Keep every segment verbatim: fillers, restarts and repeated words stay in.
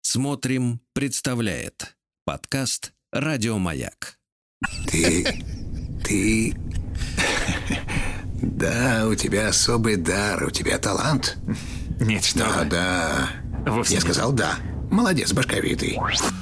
Смотрим, представляет подкаст «Радио Маяк». Ты... ты... Да, у тебя особый дар, у тебя талант. Нет, что Да, вы. да. Вовсе Я нет. сказал да. Молодец, башковитый.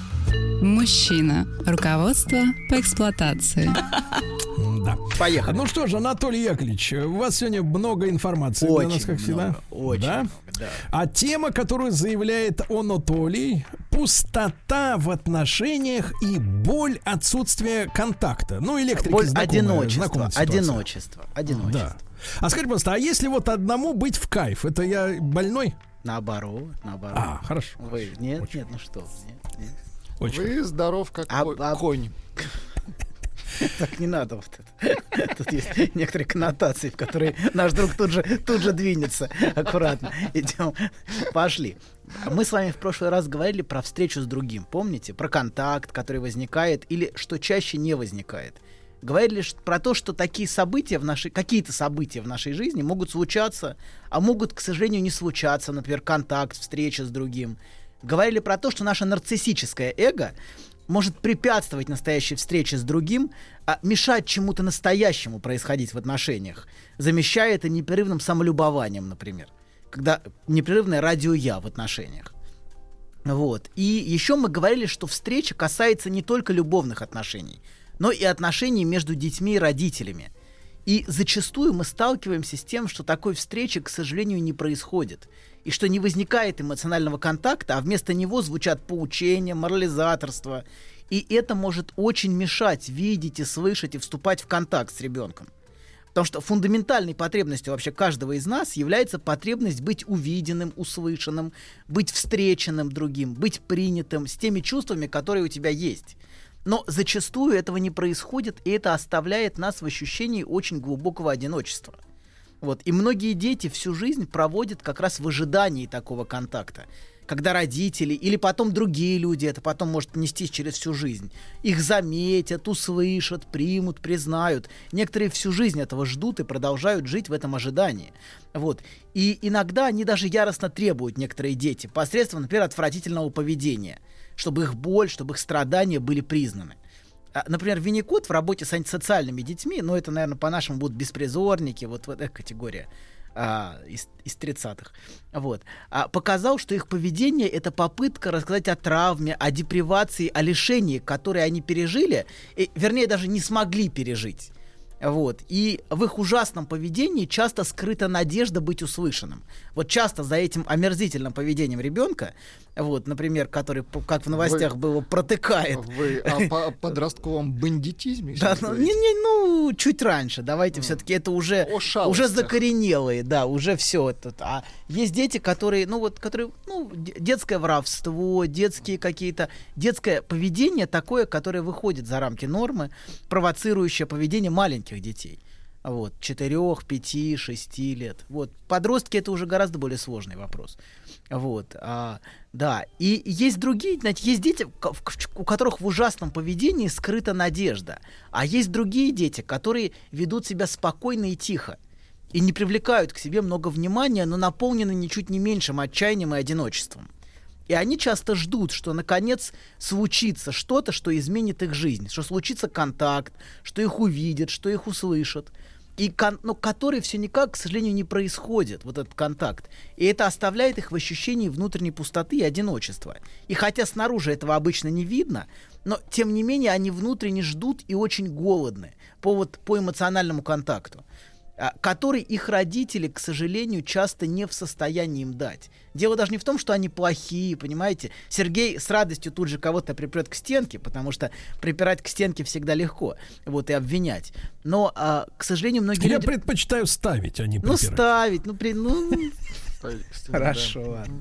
Мужчина. Руководство по эксплуатации. Да. Поехали. Ну что же, Анатолий Яковлевич, у вас сегодня много информации Очень для нас, как всегда. много, очень да? много, да. А тема, которую заявляет Анатолий, пустота в отношениях и боль отсутствия контакта. Ну, электрики Боль знакомые, одиночества, знакомая ситуация. одиночество, одиночество. Да. А скажи, пожалуйста, а если вот одному быть в кайф, это я больной? Наоборот, наоборот. А, хорошо. Вы, нет, Очень. нет, ну что, нет, нет. Очень. Вы здоров, как А- ко- а- конь. Так не надо вот это. Тут есть некоторые коннотации, в которые наш друг тут же, тут же двинется. Аккуратно. Идем. Пошли. Мы с вами в прошлый раз говорили про встречу с другим. Помните? Про контакт, который возникает или что чаще не возникает. Говорили ш- про то, что такие события в нашей, какие-то события в нашей жизни могут случаться, а могут, к сожалению, не случаться. Например, контакт, встреча с другим. Говорили про то, что наше нарциссическое эго может препятствовать настоящей встрече с другим, а мешать чему-то настоящему происходить в отношениях, замещая это непрерывным самолюбованием, например, когда непрерывное радио-я в отношениях. Вот. И еще мы говорили, что встреча касается не только любовных отношений, но и отношений между детьми и родителями. И зачастую мы сталкиваемся с тем, что такой встречи, к сожалению, не происходит. И что не возникает эмоционального контакта, а вместо него звучат поучения, морализаторство. И это может очень мешать видеть и слышать и вступать в контакт с ребенком. Потому что фундаментальной потребностью вообще каждого из нас является потребность быть увиденным, услышанным, быть встреченным другим, быть принятым с теми чувствами, которые у тебя есть. Но зачастую этого не происходит, и это оставляет нас в ощущении очень глубокого одиночества. Вот. И многие дети всю жизнь проводят как раз в ожидании такого контакта. Когда родители или потом другие люди, это потом может нестись через всю жизнь, их заметят, услышат, примут, признают. Некоторые всю жизнь этого ждут и продолжают жить в этом ожидании. Вот. И иногда они даже яростно требуют, некоторые дети, посредством, например, отвратительного поведения, чтобы их боль, чтобы их страдания были признаны. Например, Винникот в работе с антисоциальными детьми, ну, это, наверное, по-нашему будут беспризорники, вот, вот эта категория а, из, из тридцатых, вот, а, показал, что их поведение — это попытка рассказать о травме, о депривации, о лишении, которые они пережили, и, вернее, даже не смогли пережить. Вот. И в их ужасном поведении часто скрыта надежда быть услышанным. Вот часто за этим омерзительным поведением ребенка, вот, например, который, как в новостях Вы- было, протыкает. Вы о по- подростковом бандитизме Да, сейчас ну, говорите? не, не, ну, чуть раньше. Давайте все-таки это уже, О шалостях. уже закоренелые, да, уже все это. А есть дети, которые, ну вот, которые, ну, д- детское воровство, детские какие-то, детское поведение такое, которое выходит за рамки нормы, провоцирующее поведение маленьких детей. Вот, четырех, пяти, шести лет. Вот, подростки — это уже гораздо более сложный вопрос. Вот, а, да. И есть другие, знаете, есть дети, к- в- у которых в ужасном поведении скрыта надежда. А есть другие дети, которые ведут себя спокойно и тихо. И не привлекают к себе много внимания, но наполнены ничуть не меньшим отчаянием и одиночеством. И они часто ждут, что наконец случится что-то, что изменит их жизнь, что случится контакт, что их увидят, что их услышат. И кон- но который все никак, к сожалению, не происходит, вот этот контакт. И это оставляет их в ощущении внутренней пустоты и одиночества. И хотя снаружи этого обычно не видно, но тем не менее они внутренне ждут и очень голодны по, вот, по эмоциональному контакту, а, который их родители, к сожалению, часто не в состоянии им дать. Дело даже не в том, что они плохие, понимаете. Сергей с радостью тут же кого-то припрет к стенке, потому что припирать к стенке всегда легко, вот, и обвинять. Но, а, к сожалению, многие Я люди... предпочитаю ставить, а не Ну, припирать. ставить, ну, при... ну... Ставить к стене, Хорошо, да. ладно.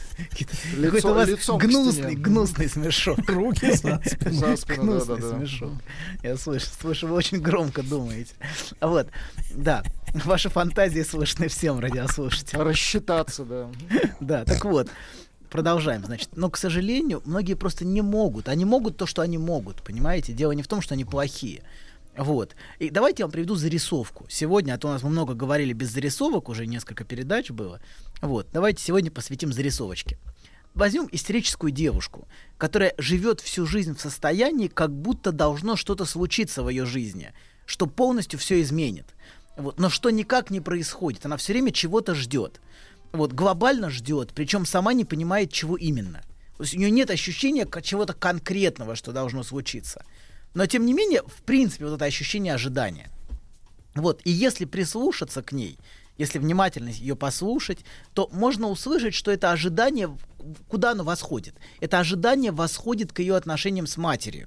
Лицо- Какой-то у вас лицом к гнусный, стене. гнусный смешок. Руки за спину. За спину, Гнусный да-да-да. смешок. Я слышу, слышу, вы очень громко думаете. Вот, да, ваши фантазии слышны всем радиослушателям. Рассчитаться, да. Да, так вот, продолжаем, значит. Но, к сожалению, многие просто не могут. Они могут то, что они могут, понимаете? Дело не в том, что они плохие. Вот. И давайте я вам приведу зарисовку. Сегодня, а то у нас мы много говорили без зарисовок, уже несколько передач было. Вот. Давайте сегодня посвятим зарисовочке. возьмем истерическую девушку, которая живет всю жизнь в состоянии, как будто должно что-то случиться в ее жизни, что полностью все изменит. Вот, но что никак не происходит. Она все время чего-то ждет. Вот, глобально ждет, причем сама не понимает, чего именно. То есть у нее нет ощущения чего-то конкретного, что должно случиться. Но, тем не менее, в принципе, вот это ощущение ожидания. Вот, и если прислушаться к ней, если внимательно ее послушать, то можно услышать, что это ожидание, куда оно восходит? Это ожидание восходит к ее отношениям с матерью.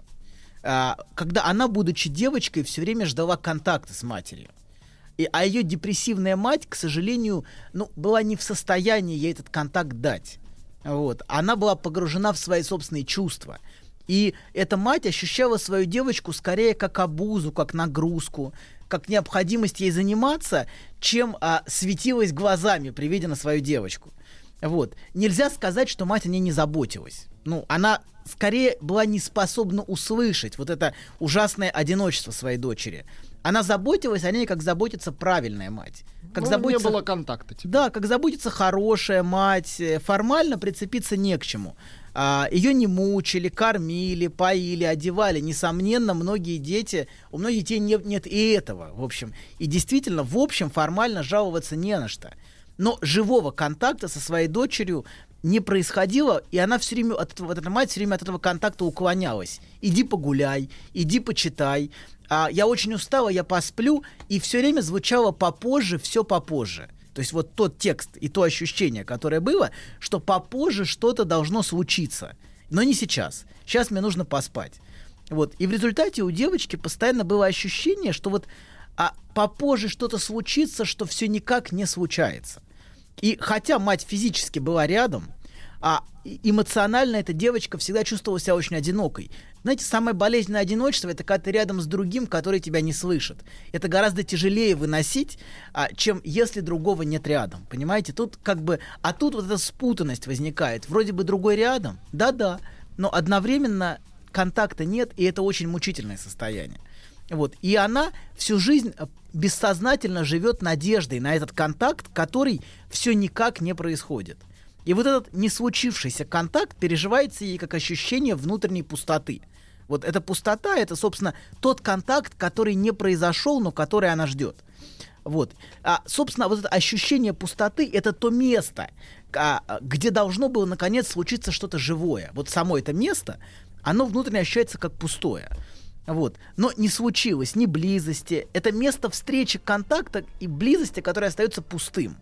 Когда она, будучи девочкой, все время ждала контакта с матерью. И, а ее депрессивная мать, к сожалению, ну, была не в состоянии ей этот контакт дать. Вот. Она была погружена в свои собственные чувства. И эта мать ощущала свою девочку скорее как обузу, как нагрузку, как необходимость ей заниматься, чем а, светилась глазами при виде на свою девочку. Вот. Нельзя сказать, что мать о ней не заботилась. Ну, она скорее была не способна услышать вот это ужасное одиночество своей дочери. Она заботилась о ней, как заботится правильная мать. Как ну, заботится... не было контакта. Типа. Да, как заботится хорошая мать. Формально прицепиться не к чему. А, ее не мучили, кормили, поили, одевали. Несомненно, многие дети, у многих детей нет, нет и этого, в общем. И действительно, в общем, формально жаловаться не на что. Но живого контакта со своей дочерью не происходило, и она все время, от этого, эта мать все время от этого контакта уклонялась. Иди погуляй, иди почитай. А, я очень устала, я посплю, и все время звучало попозже, все попозже. То есть вот тот текст и то ощущение, которое было, что попозже что-то должно случиться. Но не сейчас. Сейчас мне нужно поспать. Вот. И в результате у девочки постоянно было ощущение, что вот а попозже что-то случится, что все никак не случается. И хотя мать физически была рядом, а эмоционально эта девочка всегда чувствовала себя очень одинокой. Знаете, самое болезненное одиночество — это когда ты рядом с другим, который тебя не слышит. Это гораздо тяжелее выносить, а, чем если другого нет рядом. Понимаете? Тут как бы... А тут вот эта спутанность возникает. Вроде бы другой рядом, да-да, но одновременно контакта нет, и это очень мучительное состояние. Вот. И она всю жизнь бессознательно живет надеждой на этот контакт, который все никак не происходит. И вот этот не случившийся контакт переживается ей как ощущение внутренней пустоты. Вот эта пустота — это, собственно, тот контакт, который не произошел, но который она ждет. Вот. А, собственно, вот это ощущение пустоты — это то место, а, где должно было, наконец, случиться что-то живое. Вот само это место, оно внутренне ощущается как пустое. Вот. Но не случилось ни близости. Это место встречи, контакта и близости, которое остается пустым.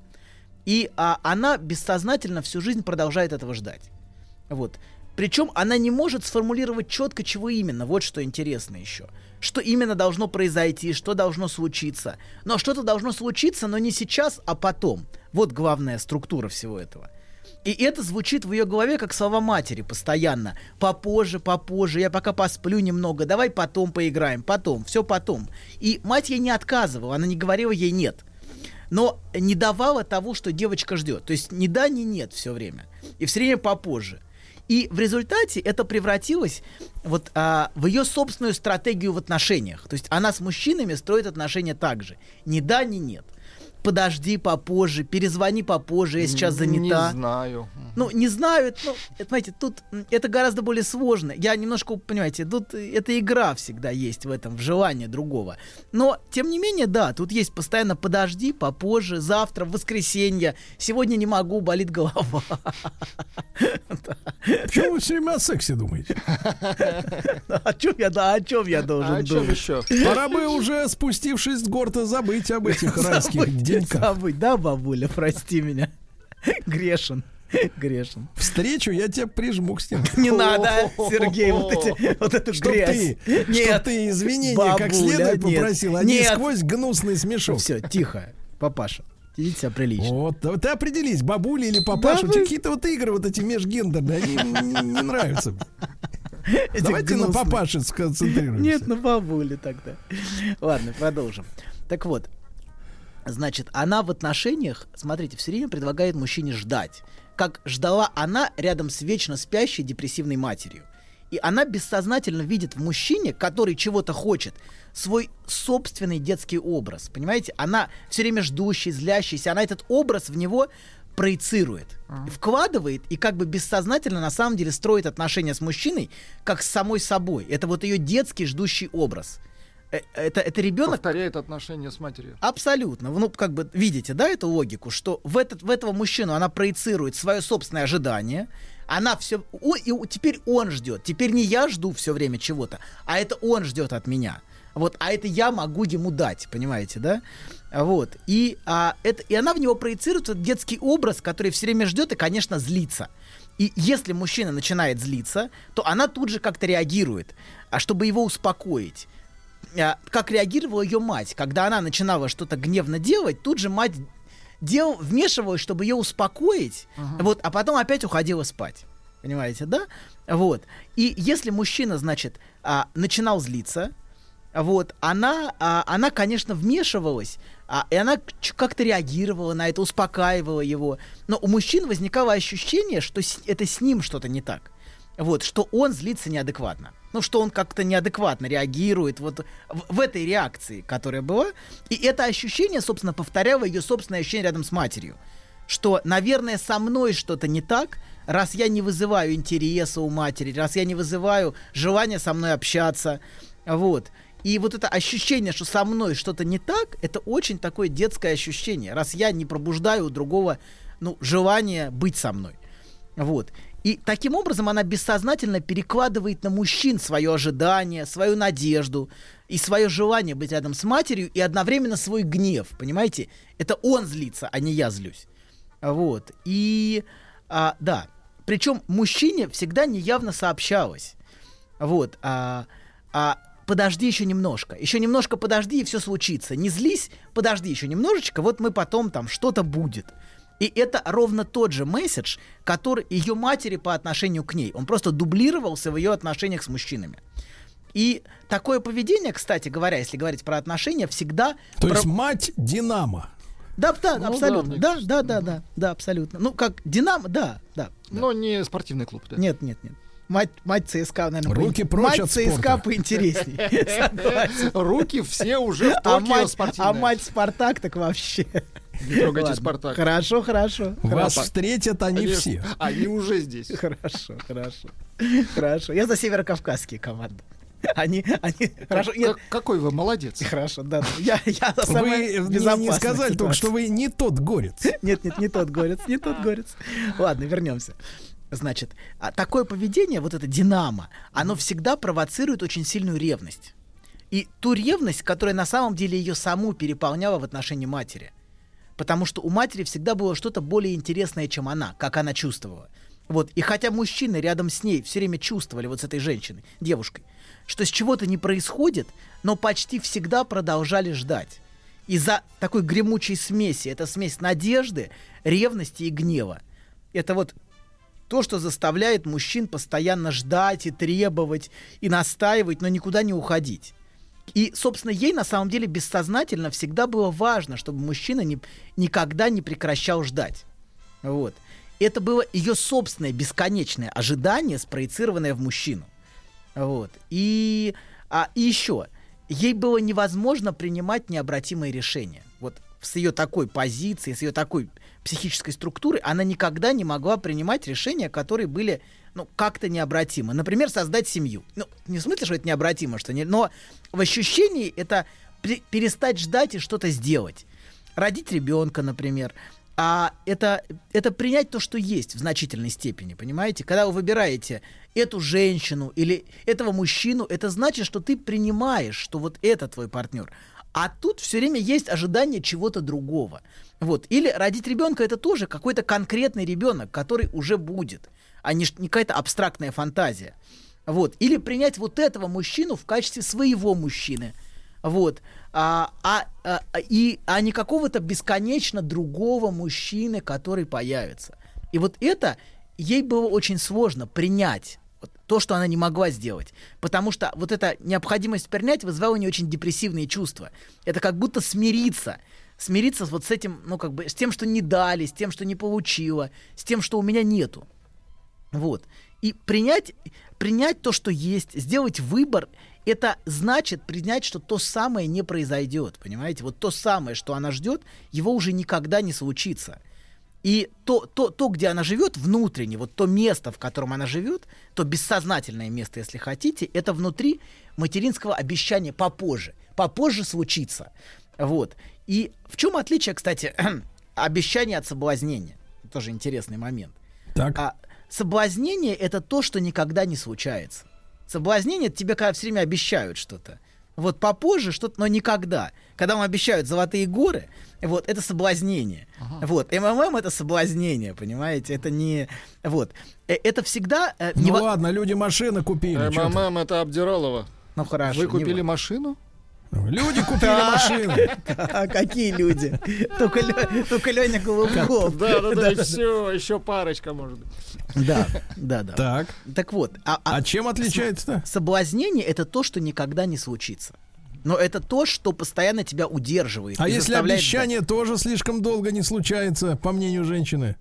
И а, она бессознательно всю жизнь продолжает этого ждать. Вот. Причем она не может сформулировать четко, чего именно. Вот что интересно еще. Что именно должно произойти, что должно случиться. Но что-то должно случиться, но не сейчас, а потом. Вот главная структура всего этого. И это звучит в ее голове как слова матери постоянно. Попозже, попозже, я пока посплю немного, давай потом поиграем, потом, все потом. И мать ей не отказывала, она не говорила ей нет. Но не давала того, что девочка ждет. То есть ни да, ни нет все время. И все время попозже. И в результате это превратилось вот, а, в ее собственную стратегию в отношениях. То есть она с мужчинами строит отношения так же. Ни да, ни нет. Подожди попозже, перезвони попозже, я сейчас занята. Не знаю. Ну, не знаю, это, ну, это, знаете, тут это гораздо более сложно. Я немножко, понимаете, тут эта игра всегда есть в этом, в желании другого. Но, тем не менее, да, тут есть постоянно подожди, попозже, завтра, в воскресенье, сегодня не могу, болит голова. Почему вы все время о сексе думаете? О чем я, да, о чем я должен думать? О чем еще? Пора бы уже, спустившись с горта, забыть об этих райских деньках. Забыть, да, бабуля, прости меня. Грешен. Грешен. Встречу я тебя прижму к стене. Не надо, Сергей, вот, эти, вот эту Чтоб грязь. ты, Нет, чтоб ты извинения бабуля, как следует нет, попросил, а не нет. сквозь гнусный смешок. Все, тихо, папаша. Ведите себя прилично. Вот, ты определись, бабуля или папаша. Да У тебя вы- какие-то вот игры вот эти межгендерные, они не, не нравятся. Эти Давайте на гнусные. папаше сконцентрируемся. Нет, на бабуле тогда. Ладно, продолжим. Так вот, значит, она в отношениях, смотрите, все время предлагает мужчине ждать. Как ждала она рядом с вечно спящей депрессивной матерью. И она бессознательно видит в мужчине, который чего-то хочет, свой собственный детский образ. Понимаете? Она все время ждущий, злящийся. Она этот образ в него проецирует, Ага. вкладывает и как бы бессознательно на самом деле строит отношения с мужчиной как с самой собой. Это вот ее детский ждущий образ. Э, Это, это ребенок... Повторяет отношения с матерью. Абсолютно. Ну, как бы видите, да, эту логику, что в, этот, в этого мужчину она проецирует свое собственное ожидание. Она все... О, и о- теперь он ждет. Теперь не я жду все время чего-то, а это он ждет от меня. Вот, а это я могу ему дать, понимаете, да? Вот. И, а, это, и она в него проецирует этот детский образ, который все время ждет и, конечно, злится. И если мужчина начинает злиться, то она тут же как-то реагирует, а чтобы его успокоить. А, как реагировала ее мать, когда она начинала что-то гневно делать, тут же мать дел, вмешивалась, чтобы ее успокоить, uh-huh. вот, а потом опять уходила спать. Понимаете, да? Вот. И если мужчина, значит, а, начинал злиться, вот, она, а, она, конечно, вмешивалась, а, и она ч- как-то реагировала на это, успокаивала его. Но у мужчин возникало ощущение, что с- это с ним что-то не так. Вот, что он злится неадекватно. Ну, что он как-то неадекватно реагирует вот в, в этой реакции, которая была. И это ощущение, собственно, повторяло ее собственное ощущение рядом с матерью. Что, наверное, со мной что-то не так, раз я не вызываю интереса у матери, раз я не вызываю желания со мной общаться. Вот. И вот это ощущение, что со мной что-то не так, это очень такое детское ощущение, раз я не пробуждаю у другого, ну, желание быть со мной. Вот. И таким образом она бессознательно перекладывает на мужчин свое ожидание, свою надежду и свое желание быть рядом с матерью и одновременно свой гнев, понимаете? Это он злится, а не я злюсь. Вот. И, а, да, причем мужчине всегда неявно сообщалось. Вот. А, а, подожди еще немножко, еще немножко подожди, и все случится. Не злись, подожди еще немножечко, вот мы потом там что-то будет. И это ровно тот же месседж, который ее матери по отношению к ней. Он просто дублировался в ее отношениях с мужчинами. И такое поведение, кстати говоря, если говорить про отношения, всегда... То про... есть мать Динамо. Да, да, Ну, абсолютно. да, Да, да, да, да, да, абсолютно. Ну, как Динамо, да, да. да. Но не спортивный клуб, да? Нет, нет, нет. Мать, мать ЦСКА, наверное, Руки по... прочь мать от ЦСКА спорта. поинтереснее. Согласен. Руки все уже в А Токио мать, спортивные. а мать Спартак так вообще. Не трогайте Ладно. Спартак. Хорошо, хорошо. Вас хорошо. встретят они Они, все. они уже здесь. Хорошо, хорошо. Хорошо. Я за северокавказские команды. Они, они, хорошо. Нет, Как- какой вы молодец. хорошо, да. да. Я, я за Вы самое не, безопасное не сказали только, ситуацию. что вы не тот горец. Нет, нет, не тот горец, не тот горец. Ладно, вернемся. Значит, а такое поведение, вот это динамо, оно всегда провоцирует очень сильную ревность. И ту ревность, которая на самом деле ее саму переполняла в отношении матери. Потому что у матери всегда было что-то более интересное, чем она, как она чувствовала. Вот. И хотя мужчины рядом с ней все время чувствовали, вот с этой женщиной, девушкой, что с чего-то не происходит, но почти всегда продолжали ждать. Из-за такой гремучей смеси, это смесь надежды, ревности и гнева. Это вот то, что заставляет мужчин постоянно ждать и требовать, и настаивать, но никуда не уходить. И, собственно, ей на самом деле бессознательно всегда было важно, чтобы мужчина не, никогда не прекращал ждать. Вот. Это было ее собственное бесконечное ожидание, спроецированное в мужчину. Вот. И, а, и еще, ей было невозможно принимать необратимые решения. Вот с ее такой позиции, с ее такой психической структурой, она никогда не могла принимать решения, которые были, ну, как-то необратимы. Например, создать семью. Ну, не в смысле, что это необратимо, что не, но в ощущении это при- перестать ждать и что-то сделать. Родить ребенка, например. А это, это принять то, что есть в значительной степени, понимаете? Когда вы выбираете эту женщину или этого мужчину, это значит, что ты принимаешь, что вот это твой партнер. А тут все время есть ожидание чего-то другого. Вот. Или родить ребенка — это тоже какой-то конкретный ребенок, который уже будет, а не, не какая-то абстрактная фантазия. Вот. Или принять вот этого мужчину в качестве своего мужчины. Вот. А, а, а, и, а не какого-то бесконечно другого мужчины, который появится. И вот это ей было очень сложно принять. Вот то, что она не могла сделать. Потому что вот эта необходимость принять вызывала у нее очень депрессивные чувства. Это как будто смириться. Смириться вот с этим, ну как бы, с тем, что не дали, с тем, что не получила, с тем, что у меня нету. Вот. И принять, принять то, что есть, сделать выбор, это значит принять, что то самое не произойдет, понимаете? Вот то самое, что она ждет, его уже никогда не случится. И то, то, то, где она живет, внутренне, вот то место, в котором она живет, то бессознательное место, если хотите, это внутри материнского обещания попозже. Попозже случится. Вот. И в чем отличие, кстати, обещания от соблазнения? Тоже интересный момент. Так. А соблазнение — это то, что никогда не случается. Соблазнение — это тебе когда все время обещают что-то. Вот попозже что-то, но никогда. Когда вам обещают золотые горы, вот, это соблазнение. Ага. Вот, МММ — это соблазнение, понимаете? Это не... Вот. Это всегда... Ну не... ладно, люди машины купили. МММ — это Обдиралово. Ну хорошо. Вы купили не... машину? Люди купили машины. А какие люди? Только Леня Голубков. Да, да, да, и все, еще парочка, может быть. Да, да, да. Так. Так вот. А чем отличается-то? Соблазнение — это то, что никогда не случится. Но это то, что постоянно тебя удерживает. А если обещание тоже слишком долго не случается, по мнению женщины?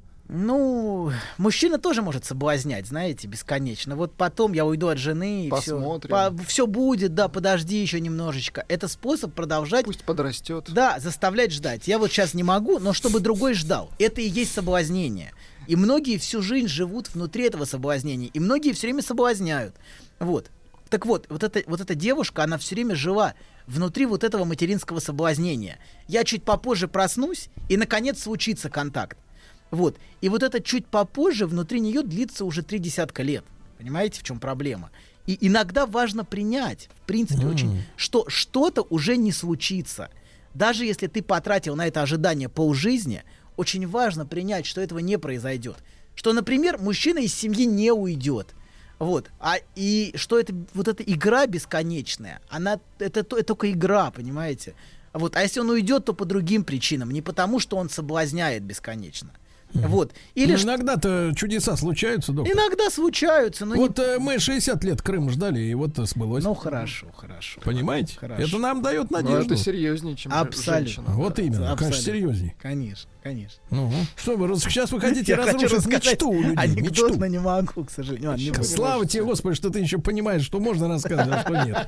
Ну, мужчина тоже может соблазнять, знаете, бесконечно. Вот потом я уйду от жены, и посмотрим. Все, по, все будет, да, подожди еще немножечко. Это способ продолжать... Пусть подрастет. Да, заставлять ждать. Я вот сейчас не могу, но чтобы другой ждал. Это и есть соблазнение. И многие всю жизнь живут внутри этого соблазнения. И многие все время соблазняют. Вот. Так вот, вот эта, вот эта девушка, она все время жила внутри вот этого материнского соблазнения. Я чуть попозже проснусь, и, наконец, случится контакт. Вот. И вот это чуть попозже внутри нее длится уже три десятка лет. Понимаете, в чем проблема? И иногда важно принять, в принципе, mm. очень, что что-то уже не случится. Даже если ты потратил на это ожидание полжизни, очень важно принять, что этого не произойдет. Что, например, мужчина из семьи не уйдет. Вот. А и что это вот эта игра бесконечная, она это, это только игра, понимаете? Вот. А если он уйдет, то по другим причинам, не потому, что он соблазняет бесконечно. Вот. Или ну, иногда-то чудеса случаются, доктор. Иногда случаются, но вот не... э, мы шестьдесят лет Крым ждали, и вот сбылось. Ну хорошо, хорошо. Понимаете? Хорошо. Это нам дает надежду. Но это серьезнее, чем абсолютно. Женщина. Вот да, именно, абсолютно. конечно, серьезнее. Конечно, конечно. Ну, что вы, сейчас вы хотите Я разрушить хочу мечту у людей. Анекдот, мечту. но не могу, к сожалению. Не буду. Слава тебе, Господи, что ты еще понимаешь, что можно рассказывать, а что нет.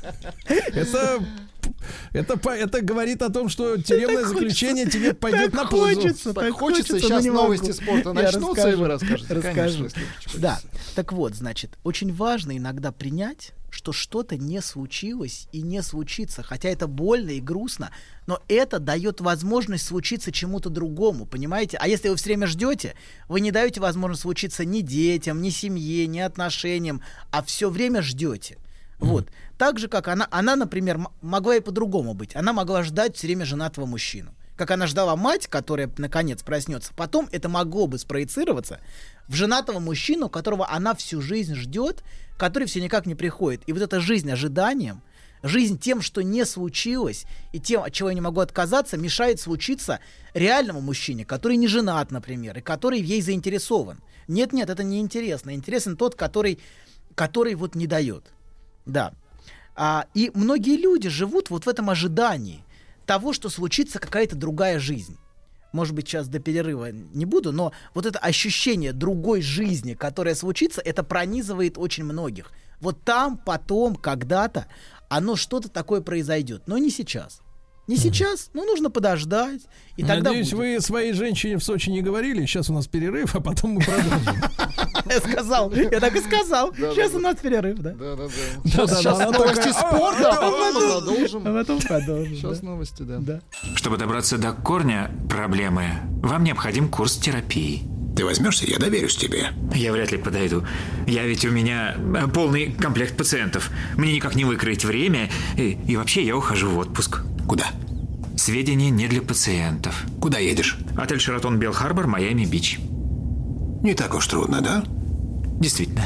Это, это, это говорит о том, что тюремное заключение тебе пойдет на пользу. Хочется, так так хочется, хочется, сейчас но не новости могу. спорта Я начнутся, и вы расскажу. расскажете. Расскажу. Конечно, если Да. Так вот, значит, очень важно иногда принять, что что-то не случилось и не случится, хотя это больно и грустно, но это дает возможность случиться чему-то другому, понимаете? А если вы все время ждете, вы не даете возможность случиться ни детям, ни семье, ни отношениям, а все время ждете. Mm-hmm. Вот. Так же, как она, она, например, м- могла и по-другому быть. Она могла ждать все время женатого мужчину. Как она ждала мать, которая наконец проснется. Потом это могло бы спроецироваться в женатого мужчину, которого она всю жизнь ждет, который все никак не приходит. И вот эта жизнь ожиданием, жизнь тем, что не случилось, и тем, от чего я не могу отказаться, мешает случиться реальному мужчине, который не женат, например, и который в ей заинтересован. Нет-нет, это не интересно. Интересен тот, который, который вот не дает. Да. А, и многие люди живут вот в этом ожидании того, что случится какая-то другая жизнь. Может быть, сейчас до перерыва не буду, но вот это ощущение другой жизни, которая случится, это пронизывает очень многих. Вот там, потом, когда-то оно что-то такое произойдет, но не сейчас. Не сейчас, но нужно подождать. И тогда Надеюсь, будет. вы своей женщине в Сочи не говорили. Сейчас у нас перерыв, а потом мы продолжим. Я сказал, я так и сказал. Сейчас у нас перерыв, да? Да, да, да. Да-да-да, Сейчас она новости такая, спорта, «А, а потом мы А продолжим. потом продолжим. Сейчас да. новости, да. Да. Чтобы добраться до корня проблемы, вам необходим курс терапии. Ты возьмешься, я доверюсь тебе. Я вряд ли подойду. Я ведь у меня э, полный комплект пациентов. Мне никак не выкроить время. И, и вообще я ухожу в отпуск. Куда? Сведения не для пациентов. Куда едешь? Отель «Шератон Белл-Харбор», Майами-Бич. Не так уж трудно, да? Действительно.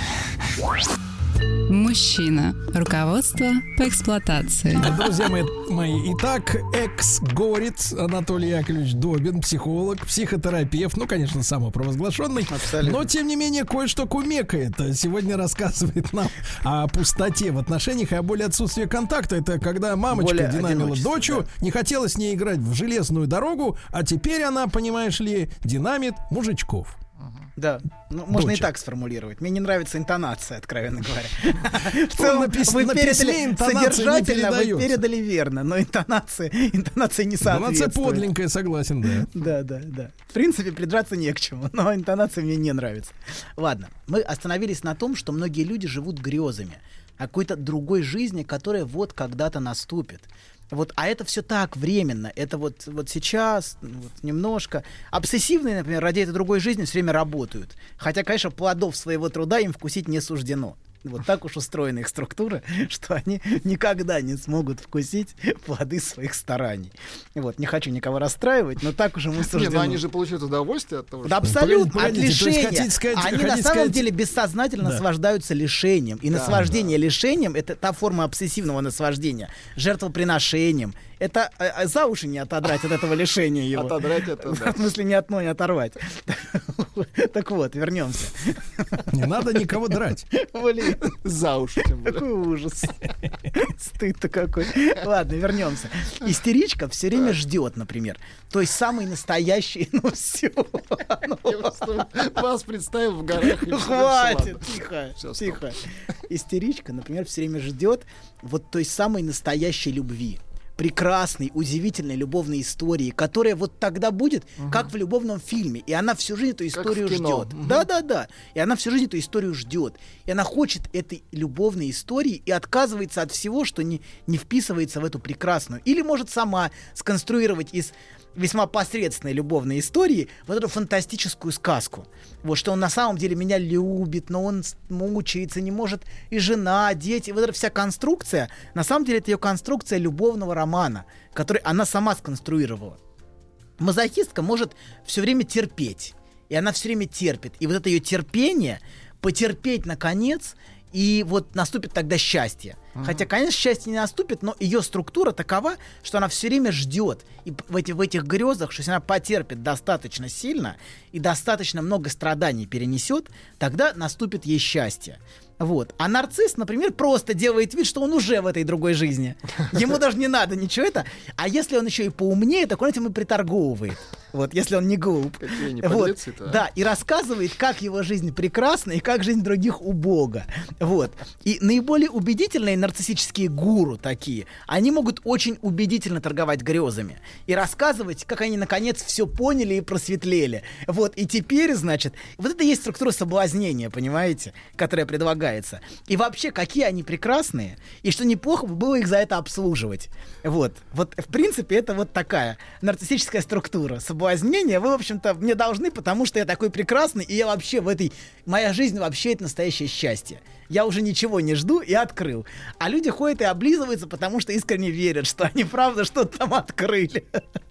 Мужчина. Руководство по эксплуатации. Друзья мои, мои, итак, экс-горец Анатолий Яковлевич Добин, психолог, психотерапевт, ну, конечно, самопровозглашенный, Абсолютно. но, тем не менее, кое-что кумекает. Сегодня рассказывает нам о пустоте в отношениях и о боли отсутствия контакта. Это когда мамочка Более динамила одиночество, дочу, да. не хотела с ней играть в железную дорогу, а теперь она, понимаешь ли, динамит мужичков. Да, ну, можно Доча. и так сформулировать. Мне не нравится интонация, откровенно говоря. В Ну, целом, на пис- вы на передали письме интонация не содержательно, вы передается. передали верно, но интонация, интонация не Интонация соответствует. подлинная, согласен, да. Да, да, да. В принципе, придраться не к чему, но интонация мне не нравится. Ладно, мы остановились на том, что многие люди живут грезами о какой-то другой жизни, которая вот когда-то наступит. Вот, а это все так временно. Это вот, вот сейчас, вот, немножко. Обсессивные, например, ради этой другой жизни все время работают. Хотя, конечно, плодов своего труда им вкусить не суждено. Вот так уж устроена их структура, что они никогда не смогут вкусить плоды своих стараний. Вот, не хочу никого расстраивать, но так уж ему Не, суждено. ну они же получают удовольствие от того, Да, что... абсолютно, Погодите, от погодите, то есть лишения. хотите сказать- Они хотите на самом сказать- деле бессознательно Да. наслаждаются лишением. И наслаждение лишением — это та форма обсессивного наслаждения. Жертвоприношением. Это э, э, за уши не отодрать от этого лишения его. Отодрать это, да. В смысле, не от, но не оторвать. Так вот, вернемся. Не надо никого драть. Блин, За уши, тем более. какой ужас. Стыд-то какой. Ладно, вернемся. Истеричка все время ждет, например. То есть самый настоящий, ну все. Я просто вас представил в горах. и Ну всё, хватит, ладно. тихо, Всё, стоп. тихо. Истеричка, например, все время ждет вот той самой настоящей любви. Прекрасной, удивительной любовной истории, которая вот тогда будет, как в любовном фильме. И она всю жизнь эту Как историю в кино. ждет. Мгм. Да-да-да. И она всю жизнь эту историю ждет. И она хочет этой любовной истории и отказывается от всего, что не, не вписывается в эту прекрасную. Или может сама сконструировать из весьма посредственной любовной истории вот эту фантастическую сказку. Вот что он на самом деле меня любит, но он с- мучается, не может и жена, дети. Вот эта вся конструкция, на самом деле это ее конструкция любовного романа, который она сама сконструировала. Мазохистка может все время терпеть. И она все время терпит. И вот это ее терпение, потерпеть наконец, и вот наступит тогда счастье. Хотя, конечно, счастье не наступит, но ее структура такова, что она все время ждет. И п- в, эти, в этих грезах, что если она потерпит достаточно сильно и достаточно много страданий перенесет, тогда наступит ей счастье. Вот. А нарцисс, например, просто делает вид, что он уже в этой другой жизни. Ему даже не надо ничего это. А если он еще и поумнее, так он этим и приторговывает. Вот, если он не глуп. Какие они Вот. подлецы-то, а? Да, и рассказывает, как его жизнь прекрасна и как жизнь других убога. Вот. И наиболее убедительные нарциссические гуру такие, они могут очень убедительно торговать грезами и рассказывать, как они наконец все поняли и просветлели. Вот. И теперь, значит, вот это и есть структура соблазнения, понимаете, которая предлагается. И вообще, какие они прекрасные, и что неплохо бы было их за это обслуживать. Вот. Вот, в принципе, это вот такая нарциссическая структура соблазнения. Вы, в общем-то, мне должны, потому что я такой прекрасный, и я вообще в этой... Моя жизнь вообще это настоящее счастье. Я уже ничего не жду и открыл. А люди ходят и облизываются, потому что искренне верят, что они правда что-то там открыли.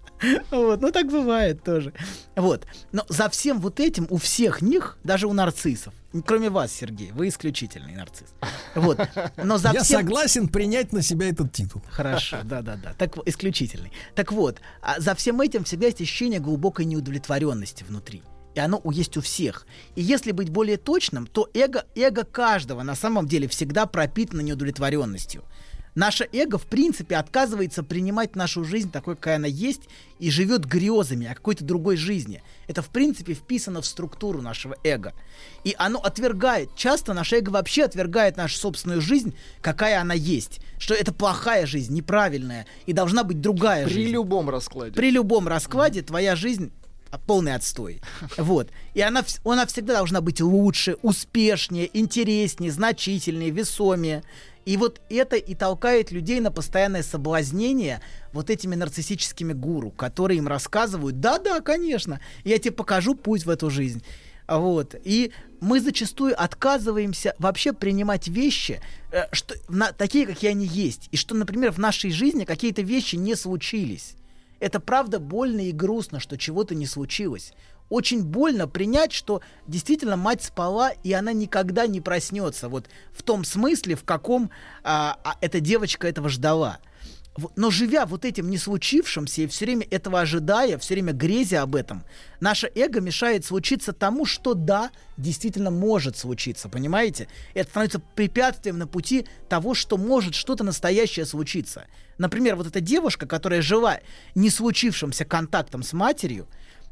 Вот, ну так бывает тоже. Вот. Но за всем вот этим у всех них, даже у нарциссов, кроме вас, Сергей, вы исключительный нарцисс. Вот. Но за Я всем... согласен принять на себя этот титул. Хорошо, да-да-да. Так вот, исключительный. Так вот, а за всем этим всегда есть ощущение глубокой неудовлетворенности внутри. И оно у- есть у всех. И если быть более точным, то эго, эго каждого на самом деле всегда пропитано неудовлетворенностью. Наше эго, в принципе, отказывается принимать нашу жизнь такой, какая она есть, и живет грезами о какой-то другой жизни. Это, в принципе, вписано в структуру нашего эго. И оно отвергает, часто наше эго вообще отвергает нашу собственную жизнь, какая она есть. Что это плохая жизнь, неправильная, и должна быть другая При жизнь. любом раскладе. При любом раскладе твоя жизнь а, полный отстой. Вот. И она, вс- она всегда должна быть лучше, успешнее, интереснее, значительнее, весомее. И вот это и толкает людей на постоянное соблазнение вот этими нарциссическими гуру, которые им рассказывают: да-да, конечно, я тебе покажу путь в эту жизнь. Вот. И мы зачастую отказываемся вообще принимать вещи, э, что, на, такие, какие они есть. И что, например, в нашей жизни какие-то вещи не случились. Это правда больно и грустно, что чего-то не случилось. Очень больно принять, что действительно мать спала, и она никогда не проснется. Вот в том смысле, в каком а, а, эта девочка этого ждала. В- Но живя вот этим не случившимся и все время этого ожидая, все время грезя об этом, наше эго мешает случиться тому, что да, действительно может случиться, понимаете? Это становится препятствием на пути того, что может что-то настоящее случиться. Например, вот эта девушка, которая жила не случившимся контактом с матерью,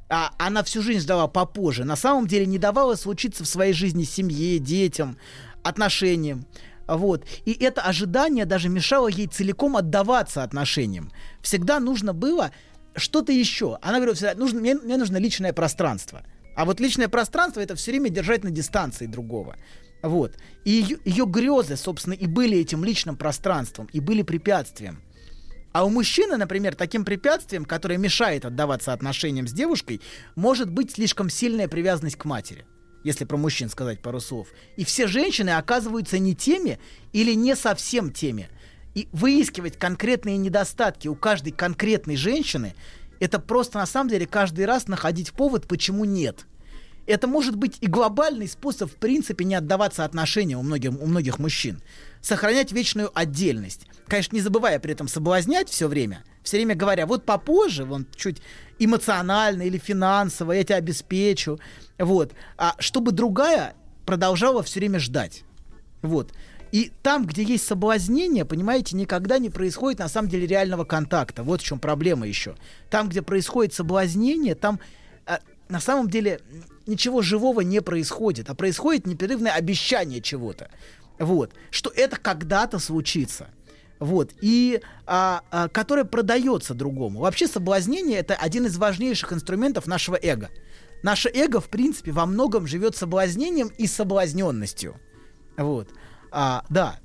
а она всю жизнь ждала попозже, на самом деле не давала случиться в своей жизни семье, детям, отношениям. Вот. И это ожидание даже мешало ей целиком отдаваться отношениям. Всегда нужно было что-то еще. Она говорила всегда, нужно, мне, мне нужно личное пространство. А вот личное пространство — это все время держать на дистанции другого. Вот. И ее, ее грезы, собственно, и были этим личным пространством, и были препятствием. А у мужчины, например, таким препятствием, которое мешает отдаваться отношениям с девушкой, может быть слишком сильная привязанность к матери. Если про мужчин сказать пару слов. И все женщины оказываются не теми или не совсем теми. И выискивать конкретные недостатки у каждой конкретной женщины — это просто на самом деле каждый раз находить повод, почему нет. Это может быть и глобальный способ, в принципе, не отдаваться отношениям у многих, у многих мужчин. Сохранять вечную отдельность. Конечно, не забывая при этом соблазнять все время. Все время говоря, вот попозже, вон чуть эмоционально или финансово я тебя обеспечу. Вот. А чтобы другая продолжала все время ждать. Вот. И там, где есть соблазнение, понимаете, никогда не происходит на самом деле реального контакта. Вот в чем проблема еще. Там, где происходит соблазнение, там а, на самом деле ничего живого не происходит, а происходит непрерывное обещание чего-то. Вот. Что это когда-то случится. Вот. И а, а, которое продается другому. Вообще соблазнение — это один из важнейших инструментов нашего эго. Наше эго, в принципе, во многом живет соблазнением и соблазненностью. Вот. А, да.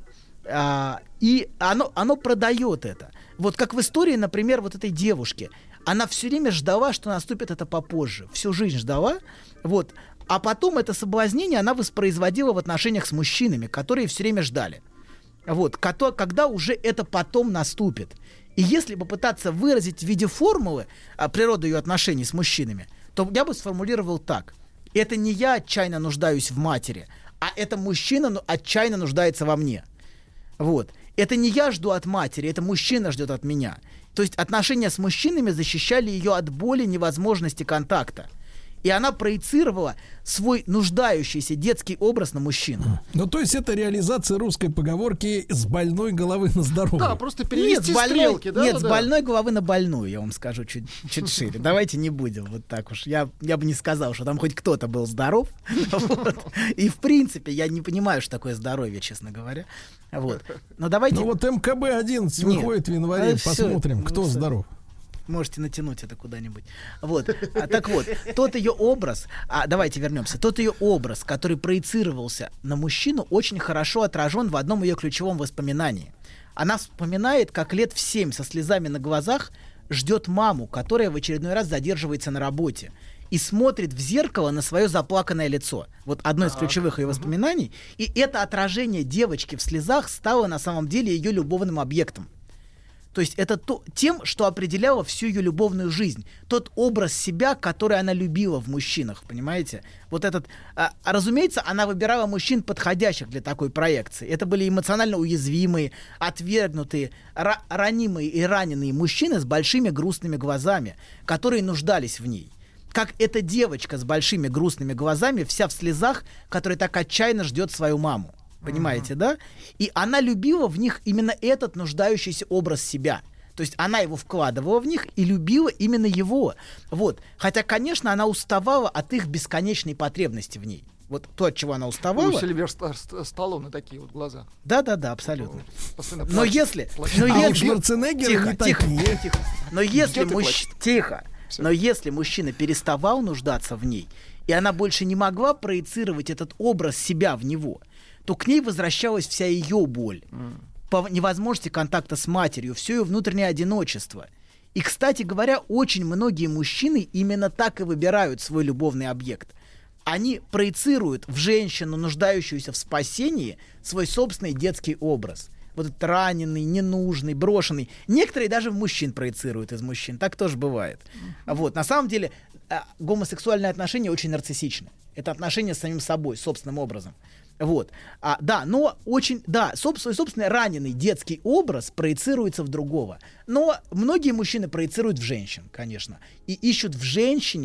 А, и оно, оно продает это. Вот как в истории, например, вот этой девушки. Она все время ждала, что наступит это попозже. Всю жизнь ждала. Вот. А потом это соблазнение она воспроизводила в отношениях с мужчинами, которые все время ждали. Вот. Когда уже это потом наступит. И если попытаться выразить в виде формулы а, природу ее отношений с мужчинами, то я бы сформулировал так. Это не я отчаянно нуждаюсь в матери, а это мужчина ну, отчаянно нуждается во мне. Вот. Это не я жду от матери, это мужчина ждет от меня. То есть отношения с мужчинами защищали ее от боли, невозможности контакта. И она проецировала свой нуждающийся детский образ на мужчину. Ну, то есть это реализация русской поговорки «с больной головы на здоровую». Да, просто перевести нет, больной, стрелки, да? Нет, да, с да. больной головы на больную, я вам скажу чуть, чуть шире. Давайте не будем вот так уж. Я, я бы не сказал, что там хоть кто-то был здоров. Вот. И, в принципе, я не понимаю, что такое здоровье, честно говоря. Вот. Но давайте... Ну, вот эм ка бэ одиннадцать Нет. выходит в январе. А, посмотрим, всё. кто Ну, здоров. Можете натянуть это куда-нибудь. Вот. А, так вот, тот ее образ, а, давайте вернемся, тот ее образ, который проецировался на мужчину, очень хорошо отражен в одном ее ключевом воспоминании. Она вспоминает, как лет в семь со слезами на глазах ждет маму, которая в очередной раз задерживается на работе и смотрит в зеркало на свое заплаканное лицо. Вот одно из ключевых ее воспоминаний. И это отражение девочки в слезах стало на самом деле ее любовным объектом. То есть это то, тем, что определяло всю ее любовную жизнь. Тот образ себя, который она любила в мужчинах, понимаете? Вот этот... А, разумеется, она выбирала мужчин, подходящих для такой проекции. Это были эмоционально уязвимые, отвергнутые, ра- ранимые и раненые мужчины с большими грустными глазами, которые нуждались в ней. Как эта девочка с большими грустными глазами, вся в слезах, которая так отчаянно ждет свою маму. Понимаете, uh-huh. да? И она любила в них именно этот нуждающийся образ себя. То есть она его вкладывала в них и любила именно его. Вот. Хотя, конечно, она уставала от их бесконечной потребности в ней. Вот то, от чего она уставала. У Сильвестра Сталлоне такие вот глаза. Да-да-да, абсолютно. Постоянно Но плачет, если... плачет. Но А если у Шварценеггера тихо, не тихо, такие. тихо. Но если Идёт и мужч... плачет. Тихо. Всё. Но если мужчина переставал нуждаться в ней, и она больше не могла проецировать этот образ себя в него, то к ней возвращалась вся ее боль. Mm. По невозможности контакта с матерью, все ее внутреннее одиночество. И, кстати говоря, очень многие мужчины именно так и выбирают свой любовный объект. Они проецируют в женщину, нуждающуюся в спасении, свой собственный детский образ. Вот этот раненый, ненужный, брошенный. Некоторые даже в мужчин проецируют из мужчин. Так тоже бывает. Mm-hmm. Вот. На самом деле гомосексуальные отношения очень нарциссичны. Это отношения с самим собой, собственным образом. Вот. А, да, но очень, да, собственно, собственно, раненый детский образ проецируется в другого. Но многие мужчины проецируют в женщин, конечно, и ищут в женщине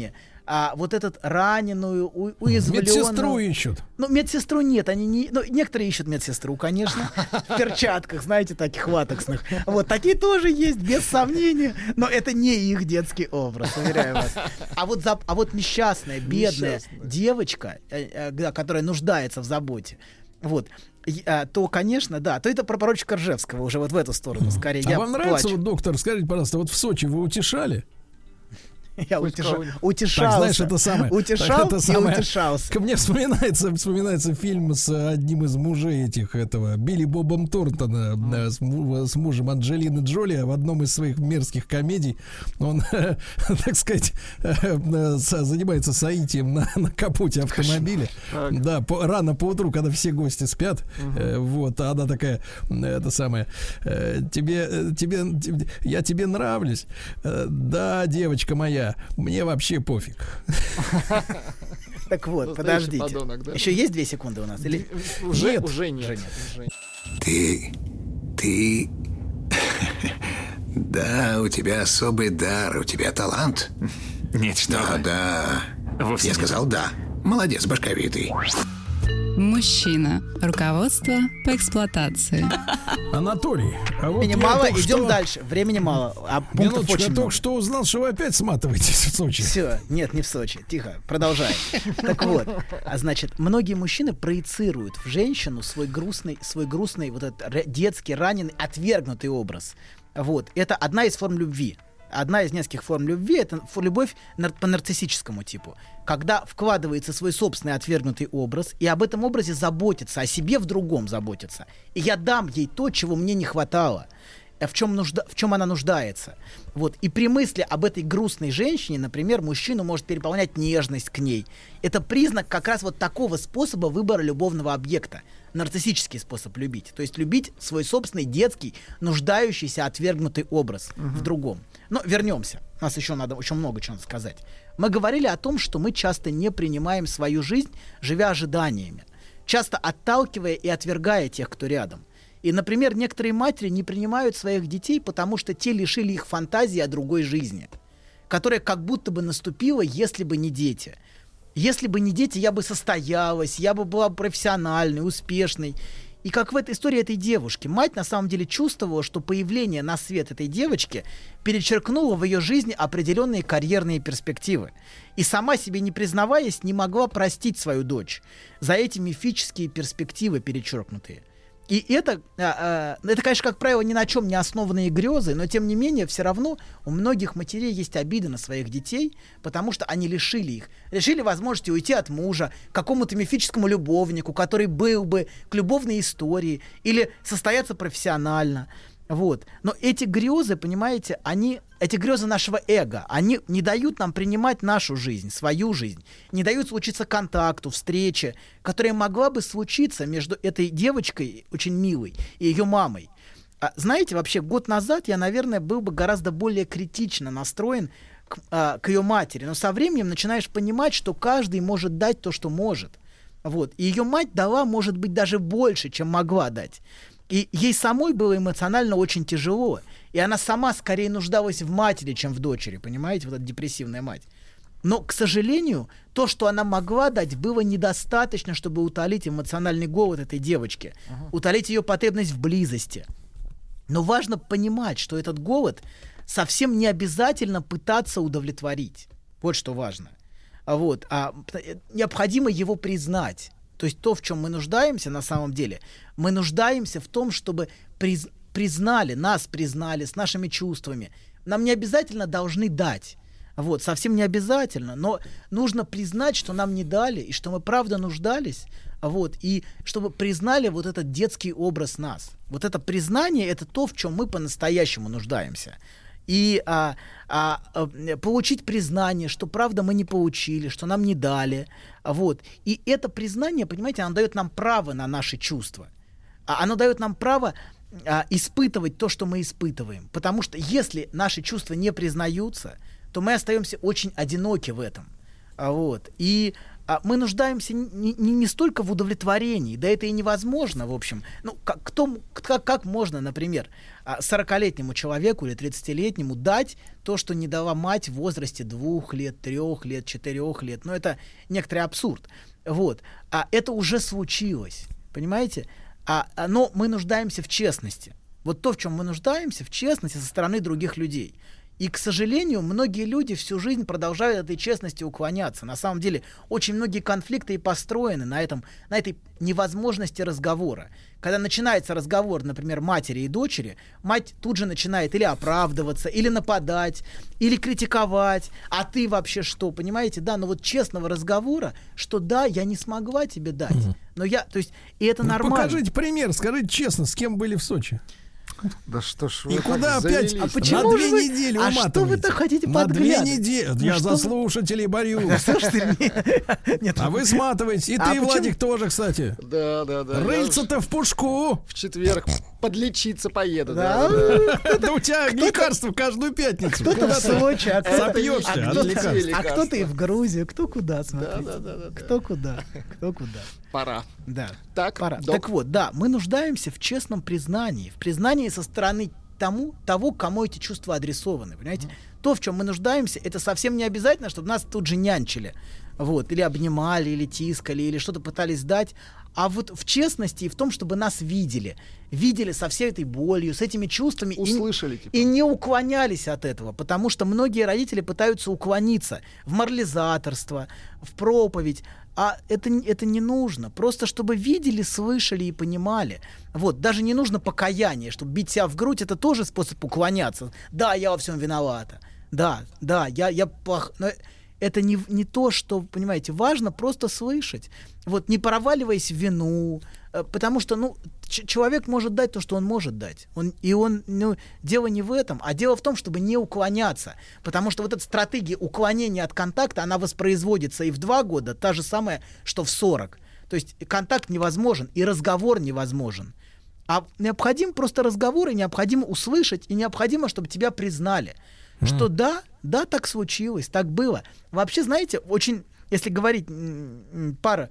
а, вот этот раненую, у, уязвленную... Медсестру ищут. Ну, медсестру нет, они не... Ну, некоторые ищут медсестру, конечно, в перчатках, знаете, таких латексных. Вот, такие тоже есть, без сомнения, но это не их детский образ, уверяю вас. А вот, за, а вот несчастная, бедная несчастная. девочка, э, э, которая нуждается в заботе, вот, а, то, конечно, да, то это про поручика Ржевского уже вот в эту сторону, скорее. А я вам нравится, плачу. вот, доктор, скажите, пожалуйста, вот в Сочи вы утешали? Я утеша... утешался. Так, знаешь, это самое. Утешал это и самое... утешался. Ко мне вспоминается, вспоминается фильм с одним из мужей этих, этого, Билли Бобом Торнтона, mm. с, му... с мужем Анджелины Джоли в одном из своих мерзких комедий. Он, так сказать, занимается соитием на, на капоте автомобиля. Да, по, рано по утру, когда все гости спят. Mm-hmm. Вот, а она такая, это самое, тебе, тебе, тебе, я тебе нравлюсь. Да, девочка моя. Мне вообще пофиг. Так вот, подождите. Подонок, да? Еще есть две секунды у нас? Или... Уже, нет. Уже нет. Уже нет. Уже. Ты... Ты... Да, у тебя особый дар, у тебя талант. Нет, что Да, вы. да. Вовсе Я нет. сказал да. Молодец, башковитый. Мужчина. Руководство по эксплуатации. Анатолий, а вот Времени я мало, только идем что- дальше. Времени мало, а пунктов Минуточку, я очень только много. что узнал, что вы опять сматываетесь в Сочи. Все, нет, не в Сочи. Тихо, продолжаем. Так вот, а значит, многие мужчины проецируют в женщину свой грустный, свой грустный, вот этот р- детский, раненый, отвергнутый образ. Вот, это одна из форм любви. Одна из нескольких форм любви — это фо- любовь нар- по нарциссическому типу. Когда вкладывается свой собственный отвергнутый образ, и об этом образе заботится, о себе в другом заботится. И я дам ей то, чего мне не хватало. В чем, нужда, в чем она нуждается. Вот. И при мысли об этой грустной женщине, например, мужчину может переполнять нежность к ней. Это признак как раз вот такого способа выбора любовного объекта. Нарциссический способ любить. То есть любить свой собственный детский, нуждающийся, отвергнутый образ uh-huh. в другом. Но вернемся. У нас еще надо очень много чего сказать. Мы говорили о том, что мы часто не принимаем свою жизнь, живя ожиданиями. Часто отталкивая и отвергая тех, кто рядом. И, например, некоторые матери не принимают своих детей, потому что те лишили их фантазии о другой жизни, которая как будто бы наступила, если бы не дети. Если бы не дети, я бы состоялась, я бы была профессиональной, успешной. И как в этой истории этой девушки. Мать на самом деле чувствовала, что появление на свет этой девочки перечеркнуло в ее жизни определенные карьерные перспективы. И сама себе не признаваясь, не могла простить свою дочь за эти мифические перспективы перечеркнутые. И это, а, а, это, конечно, как правило, ни на чем не основанные грезы, но, тем не менее, все равно у многих матерей есть обида на своих детей, потому что они лишили их. Лишили возможности уйти от мужа к какому-то мифическому любовнику, который был бы к любовной истории, или состояться профессионально. Вот. Но эти грезы, понимаете, они, эти грезы нашего эго, они не дают нам принимать нашу жизнь, свою жизнь, не дают случиться контакту, встрече, которая могла бы случиться между этой девочкой, очень милой, и ее мамой. А, знаете, вообще год назад я, наверное, был бы гораздо более критично настроен к, а, к ее матери, но со временем начинаешь понимать, что каждый может дать то, что может. Вот. И ее мать дала, может быть, даже больше, чем могла дать. И ей самой было эмоционально очень тяжело. И она сама скорее нуждалась в матери, чем в дочери. Понимаете, вот эта депрессивная мать. Но, к сожалению, то, что она могла дать, было недостаточно, чтобы утолить эмоциональный голод этой девочки. Uh-huh. Утолить ее потребность в близости. Но важно понимать, что этот голод совсем не обязательно пытаться удовлетворить. Вот что важно. Вот. А необходимо его признать. То есть то, в чем мы нуждаемся на самом деле, мы нуждаемся в том, чтобы приз, признали, нас признали с нашими чувствами. Нам не обязательно должны дать. Вот, совсем не обязательно, но нужно признать, что нам не дали, и что мы правда нуждались, вот, и чтобы признали вот этот детский образ нас. Вот это признание — это то, в чем мы по-настоящему нуждаемся. И а, а, а, получить признание, что правда мы не получили, что нам не дали. Вот. И это признание, понимаете, оно дает нам право на наши чувства. Оно дает нам право а, испытывать то, что мы испытываем. Потому что если наши чувства не признаются, то мы остаемся очень одиноки в этом. Вот. И а, мы нуждаемся не, не, не столько в удовлетворении, да это и невозможно, в общем. Ну, как, кто, как, как можно, например, сорокалетнему человеку или тридцатилетнему дать то, что не дала мать в возрасте двух лет, трех лет, четырех лет? Ну, это некоторый абсурд. Вот. А это уже случилось, понимаете? А, а, но мы нуждаемся в честности. Вот то, в чем мы нуждаемся, в честности со стороны других людей. И, к сожалению, многие люди всю жизнь продолжают от этой честности уклоняться. На самом деле, очень многие конфликты и построены на, этом, на этой невозможности разговора. Когда начинается разговор, например, матери и дочери, мать тут же начинает или оправдываться, или нападать, или критиковать. А ты вообще что, понимаете? Да, но вот честного разговора, что да, я не смогла тебе дать. Угу. Но я, то есть, и это ну, нормально. Покажите пример, скажите честно, с кем были в Сочи? Да что ж вы и куда опять? А почему на две вы... недели А что вы-то хотите на подглядывать? две недели. Ну, я что за вы... слушателей борюсь. А вы сматываете. И ты, Владик, тоже, кстати. Да, да, да. Рыльца-то в пушку. В четверг подлечиться поеду. Да у тебя лекарства каждую пятницу. Кто-то в Сочи, а кто-то и в Грузию. Кто куда, смотрите. Кто куда. Кто куда. Пора. Да. Так, пора. Так вот, да, мы нуждаемся в честном признании, в признании со стороны тому, того, кому эти чувства адресованы, понимаете? Mm-hmm. То, в чем мы нуждаемся, это совсем не обязательно, чтобы нас тут же нянчили, вот, или обнимали, или тискали, или что-то пытались дать, а вот в честности и в том, чтобы нас видели, видели со всей этой болью, с этими чувствами. Услышали, и, типа. И не уклонялись от этого, потому что многие родители пытаются уклониться в морализаторство, в проповедь, а это, это не нужно. Просто чтобы видели, слышали и понимали. Вот, даже не нужно покаяние, чтобы бить себя в грудь, это тоже способ уклоняться. Да, я во всем виновата. Да, да, я, я плох... Но это не, не то, что, понимаете, важно просто слышать. Вот, не проваливаясь в вину, потому что, ну, ч- человек может дать то, что он может дать. Он, и он, ну, дело не в этом, а дело в том, чтобы не уклоняться. Потому что вот эта стратегия уклонения от контакта, она воспроизводится и в два года, та же самая, что в сорок. То есть контакт невозможен, и разговор невозможен. А необходим просто разговор, и необходимо услышать, и необходимо, чтобы тебя признали. Mm. Что да, да, так случилось, так было. Вообще, знаете, очень, если говорить пара,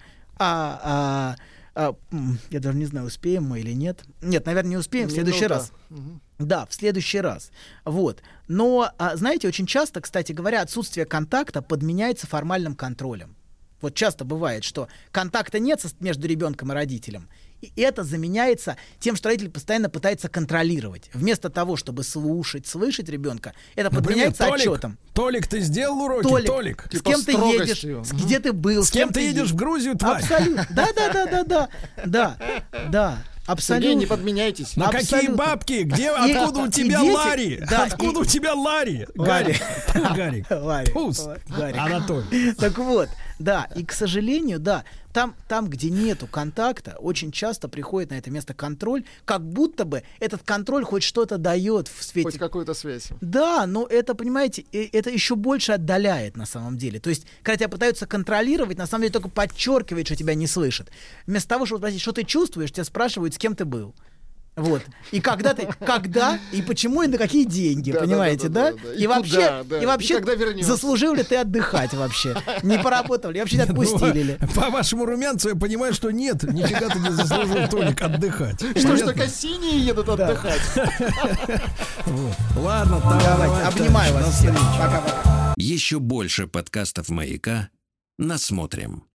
а, а, а, я даже не знаю, успеем мы или нет. Нет, наверное, не успеем, в следующий Минута. раз. Угу. Да, в следующий раз. Вот. Но, а, знаете, очень часто, кстати говоря, отсутствие контакта подменяется формальным контролем. Вот часто бывает, что контакта нет между ребенком и родителем, и это заменяется тем, что родитель постоянно пытается контролировать. Вместо того, чтобы слушать, слышать ребенка, это подменяется Например, Толик, отчетом. Толик, ты сделал уроки? Толик, Толик. с Типа кем ты едешь? С, где ты был? С кем, кем ты едешь в Грузию, тварь? Абсолютно. Да-да-да-да-да. Да, да. Абсолютно. Сергей, не подменяйтесь. На Абсолютно. какие бабки? Где, откуда у тебя дети, Ларри? да, откуда и... у тебя Ларри? Гарри. Гарри. Гарри. Пусть. Гарри. Анатолий. Так вот, да, и, к сожалению, да, там, там, где нету контакта, очень часто приходит на это место контроль, как будто бы этот контроль хоть что-то дает в свете. Хоть какую-то связь. Да, но это, понимаете, это еще больше отдаляет на самом деле. То есть, когда тебя пытаются контролировать, на самом деле только подчеркивает, что тебя не слышат. Вместо того, чтобы спросить, что ты чувствуешь, тебя спрашивают, с кем ты был. Вот. И когда ты, когда, и почему, и на какие деньги, да, понимаете, да? да, да, да, да. И, И вообще, куда, да. и вообще И заслужил ли ты отдыхать вообще? Не поработал ли? Вообще не отпустили ли? По вашему румянцу я понимаю, что нет, нифига ты не заслужил, Толик, отдыхать. Что ж, только синие едут отдыхать? Ладно, давайте. Обнимаю вас всех. Пока-пока. Еще больше подкастов «Маяка» насмотрим.